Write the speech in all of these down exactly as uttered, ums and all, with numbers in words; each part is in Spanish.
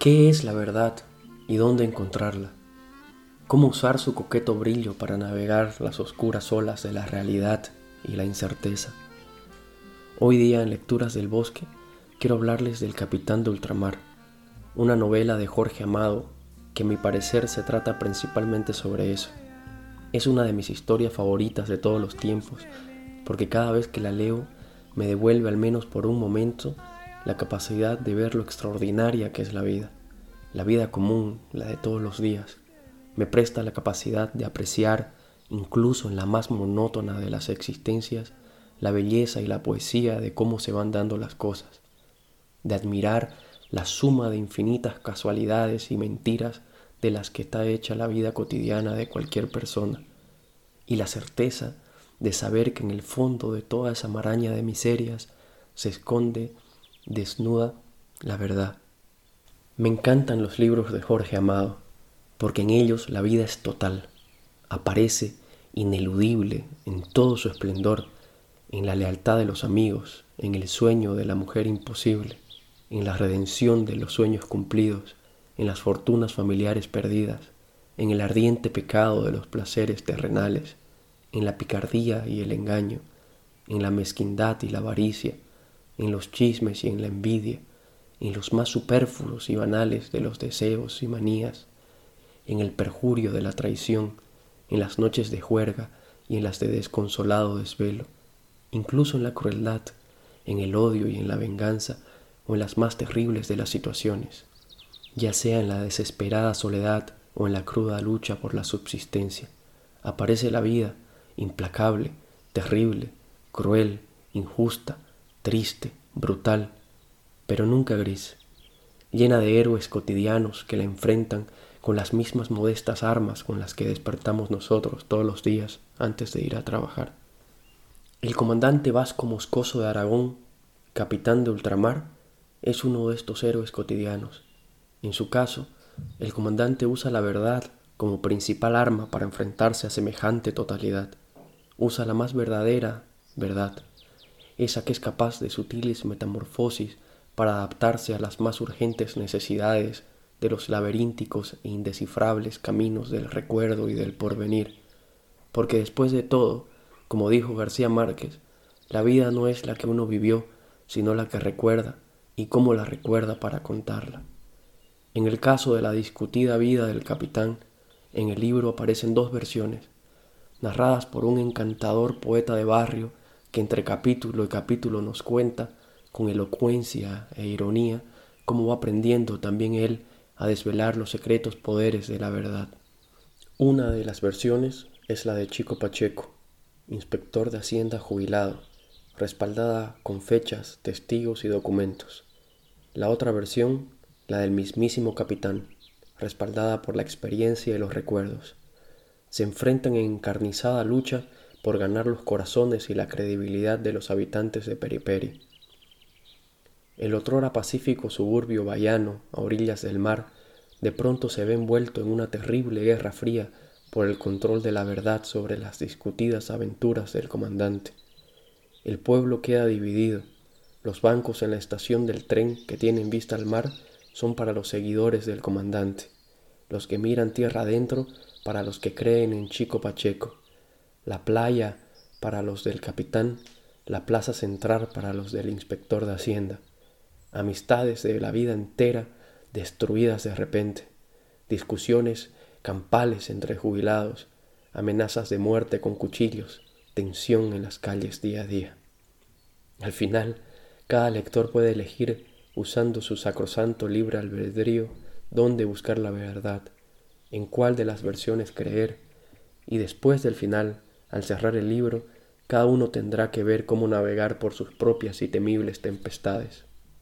¿Qué es la verdad y dónde encontrarla? ¿Cómo usar su coqueto brillo para navegar las oscuras olas de la realidad y la incerteza? Hoy día en Lecturas del Bosque quiero hablarles del Capitán de Ultramar, una novela de Jorge Amado que a mi parecer se trata principalmente sobre eso. Es una de mis historias favoritas de todos los tiempos porque cada vez que la leo me devuelve al menos por un momento la capacidad de ver lo extraordinaria que es la vida, la vida común, la de todos los días. Me presta la capacidad de apreciar, incluso en la más monótona de las existencias, la belleza y la poesía de cómo se van dando las cosas, de admirar la suma de infinitas casualidades y mentiras de las que está hecha la vida cotidiana de cualquier persona, y la certeza de saber que en el fondo de toda esa maraña de miserias se esconde, desnuda, la verdad. Me encantan los libros de Jorge Amado, porque en ellos la vida es total, aparece ineludible en todo su esplendor, en la lealtad de los amigos, en el sueño de la mujer imposible, en la redención de los sueños cumplidos, en las fortunas familiares perdidas, en el ardiente pecado de los placeres terrenales, en la picardía y el engaño, en la mezquindad y la avaricia, en los chismes y en la envidia, en los más superfluos y banales de los deseos y manías, en el perjurio de la traición, en las noches de juerga y en las de desconsolado desvelo, incluso en la crueldad, en el odio y en la venganza, o en las más terribles de las situaciones, ya sea en la desesperada soledad o en la cruda lucha por la subsistencia. Aparece la vida, implacable, terrible, cruel, injusta, triste, brutal, pero nunca gris, llena de héroes cotidianos que la enfrentan con las mismas modestas armas con las que despertamos nosotros todos los días antes de ir a trabajar. El comandante Vasco Moscoso de Aragón, capitán de ultramar, es uno de estos héroes cotidianos. En su caso, el comandante usa la verdad como principal arma para enfrentarse a semejante totalidad. Usa la más verdadera verdad, esa que es capaz de sutiles metamorfosis para adaptarse a las más urgentes necesidades de los laberínticos e indescifrables caminos del recuerdo y del porvenir. Porque después de todo, como dijo García Márquez, la vida no es la que uno vivió, sino la que recuerda y cómo la recuerda para contarla. En el caso de la discutida vida del capitán, en el libro aparecen dos versiones, narradas por un encantador poeta de barrio que entre capítulo y capítulo nos cuenta, con elocuencia e ironía, cómo va aprendiendo también él a desvelar los secretos poderes de la verdad. Una de las versiones es la de Chico Pacheco, inspector de Hacienda jubilado, respaldada con fechas, testigos y documentos. La otra versión, la del mismísimo capitán, respaldada por la experiencia y los recuerdos. Se enfrentan en encarnizada lucha por ganar los corazones y la credibilidad de los habitantes de Periperi. El otrora pacífico suburbio bahiano, a orillas del mar, de pronto se ve envuelto en una terrible guerra fría por el control de la verdad sobre las discutidas aventuras del comandante. El pueblo queda dividido. Los bancos en la estación del tren que tienen vista al mar son para los seguidores del comandante, los que miran tierra adentro para los que creen en Chico Pacheco, la playa para los del capitán, la plaza central para los del inspector de Hacienda. Amistades de la vida entera destruidas de repente, discusiones campales entre jubilados, amenazas de muerte con cuchillos, tensión en las calles día a día. Al final, cada lector puede elegir, usando su sacrosanto libre albedrío, dónde buscar la verdad, en cuál de las versiones creer, y después del final, al cerrar el libro, cada uno tendrá que ver cómo navegar por sus propias y temibles tempestades.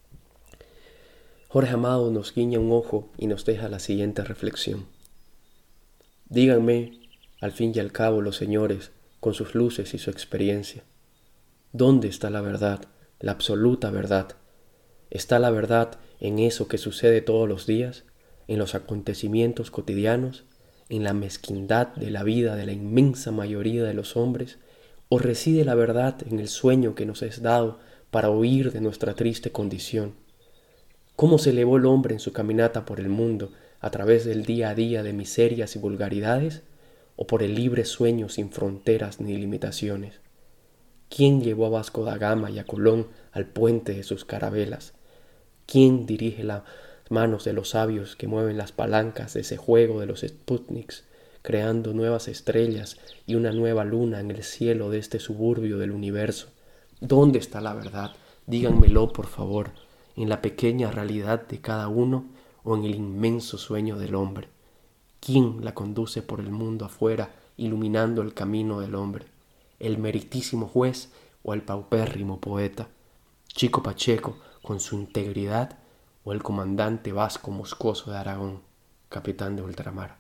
Jorge Amado nos guiña un ojo y nos deja la siguiente reflexión. Díganme, al fin y al cabo, los señores, con sus luces y su experiencia, ¿dónde está la verdad, la absoluta verdad? ¿Está la verdad en eso que sucede todos los días, en los acontecimientos cotidianos, en la mezquindad de la vida de la inmensa mayoría de los hombres, o reside la verdad en el sueño que nos es dado para huir de nuestra triste condición? ¿Cómo se elevó el hombre en su caminata por el mundo a través del día a día de miserias y vulgaridades? ¿O por el libre sueño sin fronteras ni limitaciones? ¿Quién llevó a Vasco da Gama y a Colón al puente de sus carabelas? ¿Quién dirige las manos de los sabios que mueven las palancas de ese juego de los Sputniks, creando nuevas estrellas y una nueva luna en el cielo de este suburbio del universo? ¿Dónde está la verdad? Díganmelo, por favor, ¿en la pequeña realidad de cada uno o en el inmenso sueño del hombre? ¿Quién la conduce por el mundo afuera, iluminando el camino del hombre? ¿El meritísimo juez o el paupérrimo poeta? ¿Chico Pacheco con su integridad o el comandante Vasco Moscoso de Aragón, capitán de ultramar?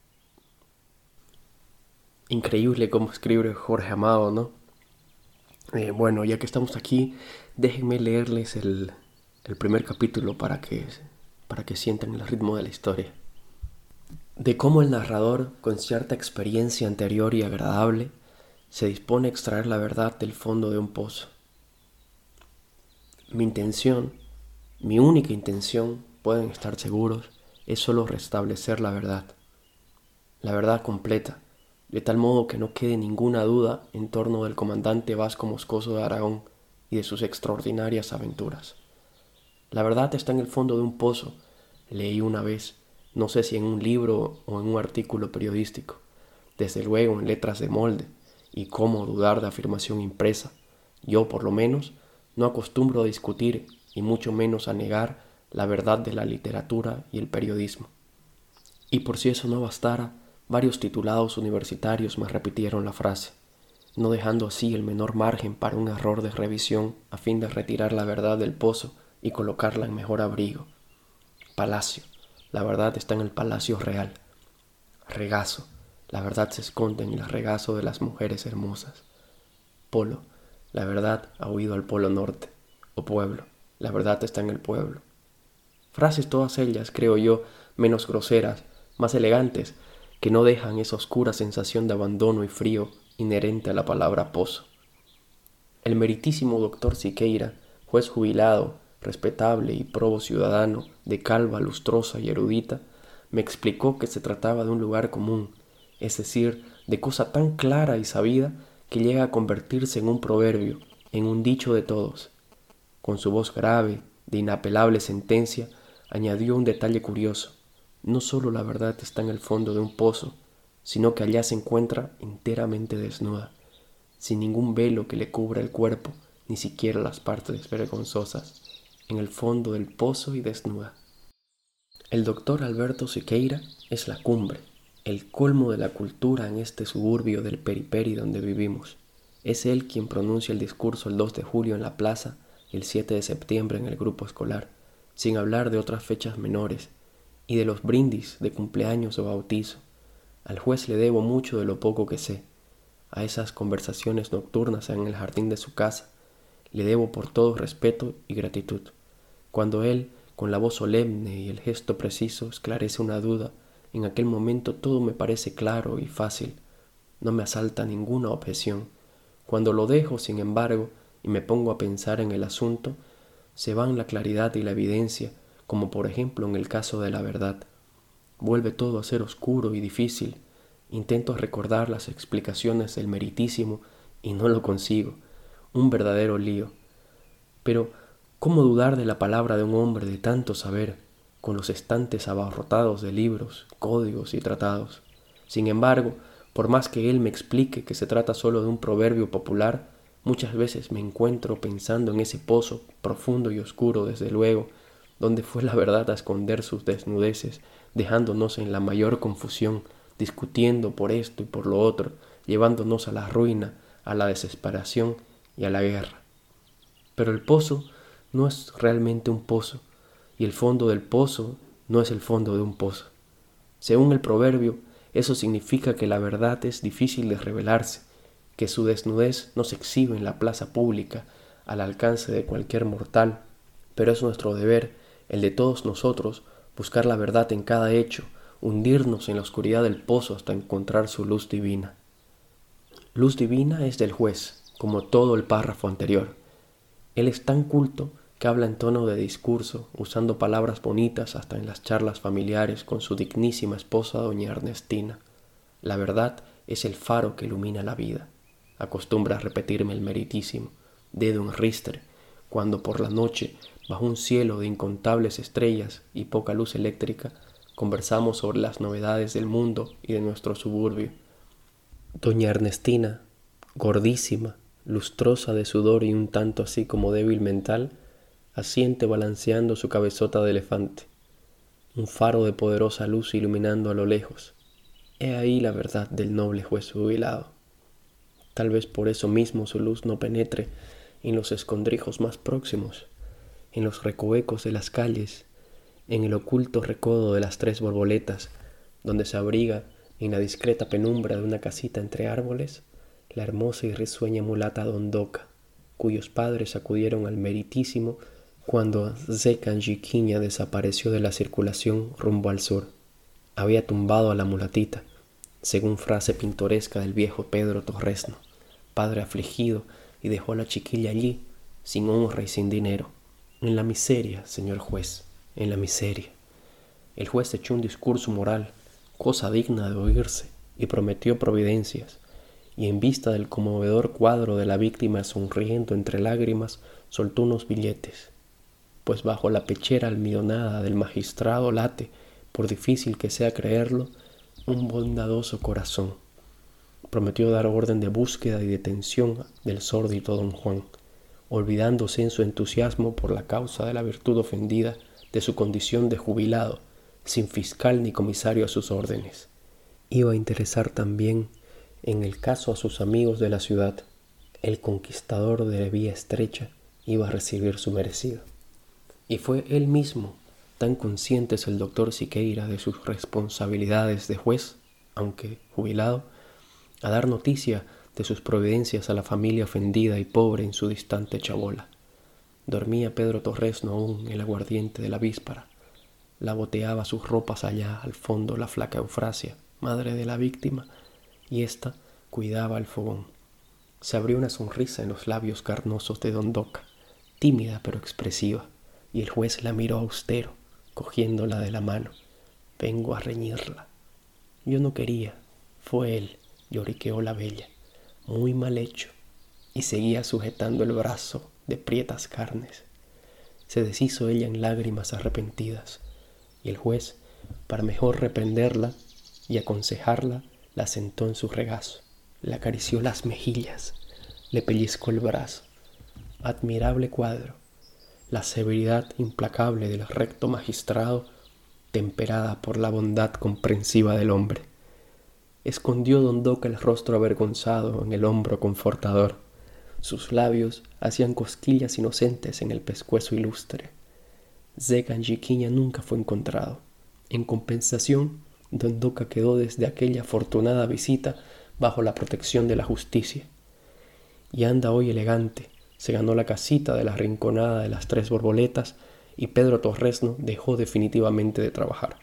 Increíble cómo escribe Jorge Amado, ¿no? Eh, bueno, ya que estamos aquí, déjenme leerles el, el primer capítulo para que, para que sientan el ritmo de la historia. De cómo el narrador, con cierta experiencia anterior y agradable, se dispone a extraer la verdad del fondo de un pozo. Mi intención, mi única intención, pueden estar seguros, es solo restablecer la verdad. La verdad completa, de tal modo que no quede ninguna duda en torno del comandante Vasco Moscoso de Aragón y de sus extraordinarias aventuras. La verdad está en el fondo de un pozo, leí una vez, no sé si en un libro o en un artículo periodístico, desde luego en letras de molde, y cómo dudar de afirmación impresa. Yo, por lo menos, no acostumbro a discutir y mucho menos a negar la verdad de la literatura y el periodismo. Y por si eso no bastara, varios titulados universitarios me repitieron la frase, no dejando así el menor margen para un error de revisión a fin de retirar la verdad del pozo y colocarla en mejor abrigo. Palacio, la verdad está en el palacio real. Regazo, la verdad se esconde en el regazo de las mujeres hermosas. Polo, la verdad ha huido al polo norte. O pueblo, la verdad está en el pueblo. Frases todas ellas, creo yo, menos groseras, más elegantes, que no dejan esa oscura sensación de abandono y frío inherente a la palabra pozo. El meritísimo doctor Siqueira, juez jubilado, respetable y probo ciudadano, de calva lustrosa y erudita, me explicó que se trataba de un lugar común, es decir, de cosa tan clara y sabida que llega a convertirse en un proverbio, en un dicho de todos. Con su voz grave, de inapelable sentencia, añadió un detalle curioso. No solo la verdad está en el fondo de un pozo, sino que allá se encuentra enteramente desnuda, sin ningún velo que le cubra el cuerpo, ni siquiera las partes vergonzosas, en el fondo del pozo y desnuda. El doctor Alberto Siqueira es la cumbre, el colmo de la cultura en este suburbio del periperi donde vivimos. Es él quien pronuncia el discurso el dos de julio en la plaza y el siete de septiembre en el grupo escolar, sin hablar de otras fechas menores y de los brindis de cumpleaños o bautizo. Al juez le debo mucho de lo poco que sé. A esas conversaciones nocturnas en el jardín de su casa le debo por todo respeto y gratitud. Cuando él, con la voz solemne y el gesto preciso, esclarece una duda, en aquel momento todo me parece claro y fácil. No me asalta ninguna objeción. Cuando lo dejo, sin embargo, y me pongo a pensar en el asunto, se van la claridad y la evidencia, como por ejemplo en el caso de la verdad. Vuelve todo a ser oscuro y difícil. Intento recordar las explicaciones del meritísimo y no lo consigo. Un verdadero lío. Pero, ¿cómo dudar de la palabra de un hombre de tanto saber, con los estantes abarrotados de libros, códigos y tratados? Sin embargo, por más que él me explique que se trata solo de un proverbio popular, muchas veces me encuentro pensando en ese pozo, profundo y oscuro desde luego, donde fue la verdad a esconder sus desnudeces, dejándonos en la mayor confusión, discutiendo por esto y por lo otro, llevándonos a la ruina, a la desesperación y a la guerra. Pero el pozo no es realmente un pozo, y el fondo del pozo no es el fondo de un pozo. Según el proverbio, eso significa que la verdad es difícil de revelarse, que su desnudez no se exhibe en la plaza pública, al alcance de cualquier mortal, pero es nuestro deber, el de todos nosotros, buscar la verdad en cada hecho, hundirnos en la oscuridad del pozo hasta encontrar su luz divina. Luz divina es del juez, como todo el párrafo anterior. Él es tan culto que habla en tono de discurso, usando palabras bonitas hasta en las charlas familiares con su dignísima esposa doña Ernestina. La verdad es el faro que ilumina la vida, acostumbra repetirme el meritísimo, dedo en ristre, cuando por la noche, bajo un cielo de incontables estrellas y poca luz eléctrica, conversamos sobre las novedades del mundo y de nuestro suburbio. Doña Ernestina, gordísima, lustrosa de sudor y un tanto así como débil mental, asiente balanceando su cabezota de elefante, un faro de poderosa luz iluminando a lo lejos. He ahí la verdad del noble juez jubilado. Tal vez por eso mismo su luz no penetre en los escondrijos más próximos, en los recovecos de las calles, en el oculto recodo de las tres borboletas, donde se abriga en la discreta penumbra de una casita entre árboles la hermosa y risueña mulata Dondoca, cuyos padres acudieron al meritísimo cuando Zekan Jiquiña desapareció de la circulación rumbo al sur. Había tumbado a la mulatita, según frase pintoresca del viejo Pedro Torresno, padre afligido, y dejó a la chiquilla allí, sin honra y sin dinero. En la miseria, señor juez, en la miseria. El juez echó un discurso moral, cosa digna de oírse, y prometió providencias, y en vista del conmovedor cuadro de la víctima sonriendo entre lágrimas, soltó unos billetes, pues bajo la pechera almidonada del magistrado late, por difícil que sea creerlo, un bondadoso corazón. Prometió dar orden de búsqueda y detención del sórdido don Juan, olvidándose en su entusiasmo por la causa de la virtud ofendida de su condición de jubilado, sin fiscal ni comisario a sus órdenes. Iba a interesar también en el caso a sus amigos de la ciudad. El conquistador de vía estrecha iba a recibir su merecido. Y fue él mismo, tan consciente es el doctor Siqueira de sus responsabilidades de juez, aunque jubilado, a dar noticia de sus providencias a la familia ofendida y pobre en su distante chabola. Dormía Pedro Torresno aún el aguardiente de la víspera. La boteaba sus ropas allá al fondo la flaca Eufrasia, madre de la víctima, y ésta cuidaba el fogón. Se abrió una sonrisa en los labios carnosos de Dondoca, tímida pero expresiva, y el juez la miró austero, cogiéndola de la mano. Vengo a reñirla. Yo no quería, fue él, lloriqueó la bella, muy mal hecho, y seguía sujetando el brazo de prietas carnes. Se deshizo ella en lágrimas arrepentidas, y el juez, para mejor reprenderla y aconsejarla, la sentó en su regazo, le acarició las mejillas, le pellizcó el brazo. Admirable cuadro, la severidad implacable del recto magistrado, temperada por la bondad comprensiva del hombre. Escondió Dondoca el rostro avergonzado en el hombro confortador. Sus labios hacían cosquillas inocentes en el pescuezo ilustre. Zekan Jiquiña nunca fue encontrado. En compensación, Dondoca quedó desde aquella afortunada visita bajo la protección de la justicia. Y anda hoy elegante, se ganó la casita de la rinconada de las tres borboletas y Pedro Torresno dejó definitivamente de trabajar.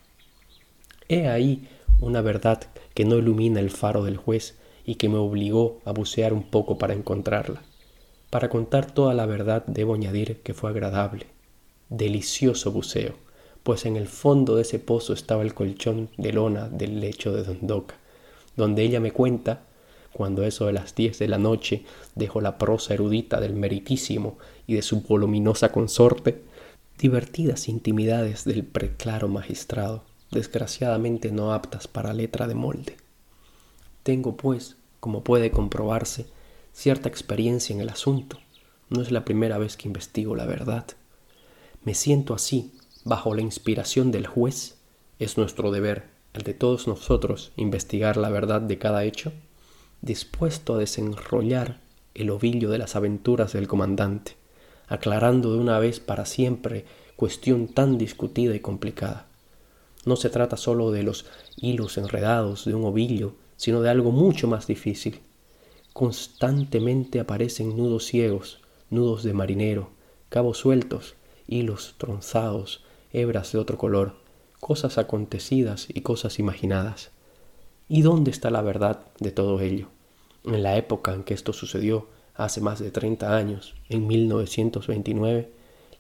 He ahí una verdad que no ilumina el faro del juez y que me obligó a bucear un poco para encontrarla. Para contar toda la verdad debo añadir que fue agradable, delicioso buceo, pues en el fondo de ese pozo estaba el colchón de lona del lecho de Dondoca, donde ella me cuenta, cuando eso de las diez de la noche dejó la prosa erudita del meritísimo y de su voluminosa consorte, divertidas intimidades del preclaro magistrado, desgraciadamente no aptas para letra de molde. Tengo, pues, como puede comprobarse, cierta experiencia en el asunto. No es la primera vez que investigo la verdad. Me siento así, bajo la inspiración del juez. Es nuestro deber, el de todos nosotros, investigar la verdad de cada hecho, dispuesto a desenrollar el ovillo de las aventuras del comandante, aclarando de una vez para siempre cuestión tan discutida y complicada. No se trata solo de los hilos enredados de un ovillo, sino de algo mucho más difícil. Constantemente aparecen nudos ciegos, nudos de marinero, cabos sueltos, hilos tronzados, hebras de otro color, cosas acontecidas y cosas imaginadas. ¿Y dónde está la verdad de todo ello? En la época en que esto sucedió, hace más de treinta años, en mil novecientos veintinueve,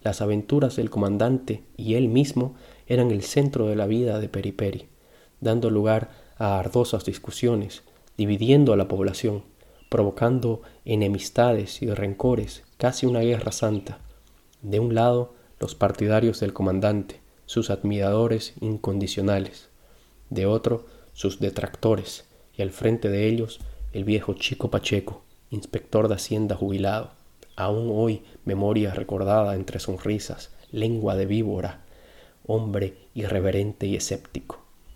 Las aventuras del comandante y él mismo eran el centro de la vida de Periperi, dando lugar a ardosas discusiones, dividiendo a la población, provocando enemistades y rencores, casi una guerra santa. De un lado, los partidarios del comandante, sus admiradores incondicionales; de otro, sus detractores, y al frente de ellos, el viejo Chico Pacheco, inspector de Hacienda jubilado, aún hoy memoria recordada entre sonrisas, lengua de víbora, hombre irreverente y escéptico.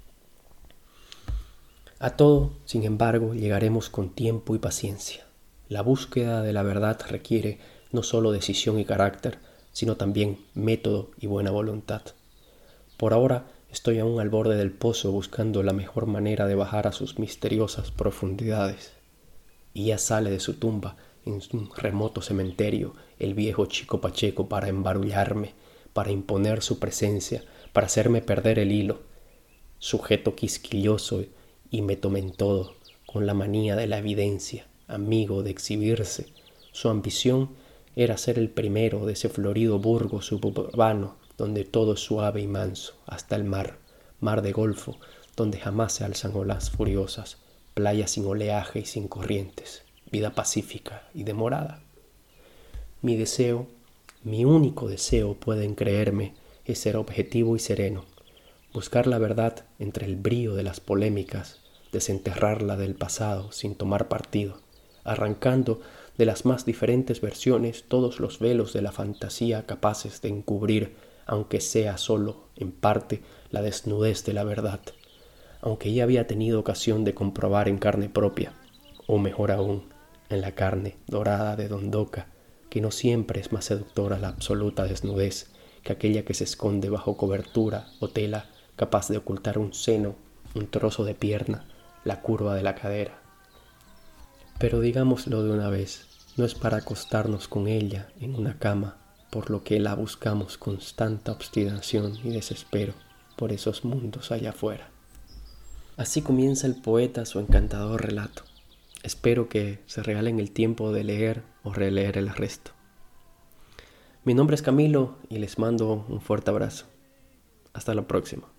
A todo, sin embargo, llegaremos con tiempo y paciencia. La búsqueda de la verdad requiere no solo decisión y carácter, sino también método y buena voluntad. Por ahora estoy aún al borde del pozo buscando la mejor manera de bajar a sus misteriosas profundidades. Y ya sale de su tumba en un remoto cementerio el viejo Chico Pacheco para embarullarme, para imponer su presencia, para hacerme perder el hilo. Sujeto quisquilloso y me tomé en todo, con la manía de la evidencia, amigo de exhibirse. Su ambición era ser el primero de ese florido burgo suburbano donde todo es suave y manso, hasta el mar, mar de golfo, donde jamás se alzan olas furiosas, playa sin oleaje y sin corrientes, vida pacífica y demorada. Mi deseo, mi único deseo, pueden creerme, es ser objetivo y sereno, buscar la verdad entre el brío de las polémicas, desenterrarla del pasado sin tomar partido, arrancando de las más diferentes versiones todos los velos de la fantasía capaces de encubrir, aunque sea solo en parte, la desnudez de la verdad, aunque ya había tenido ocasión de comprobar en carne propia, o mejor aún, en la carne dorada de Dondoca, que no siempre es más seductora la absoluta desnudez que aquella que se esconde bajo cobertura o tela capaz de ocultar un seno, un trozo de pierna, la curva de la cadera. Pero digámoslo de una vez, no es para acostarnos con ella en una cama, por lo que la buscamos con tanta obstinación y desespero por esos mundos allá afuera. Así comienza el poeta su encantador relato. Espero que se regalen el tiempo de leer o releer el resto. Mi nombre es Camilo y les mando un fuerte abrazo. Hasta la próxima.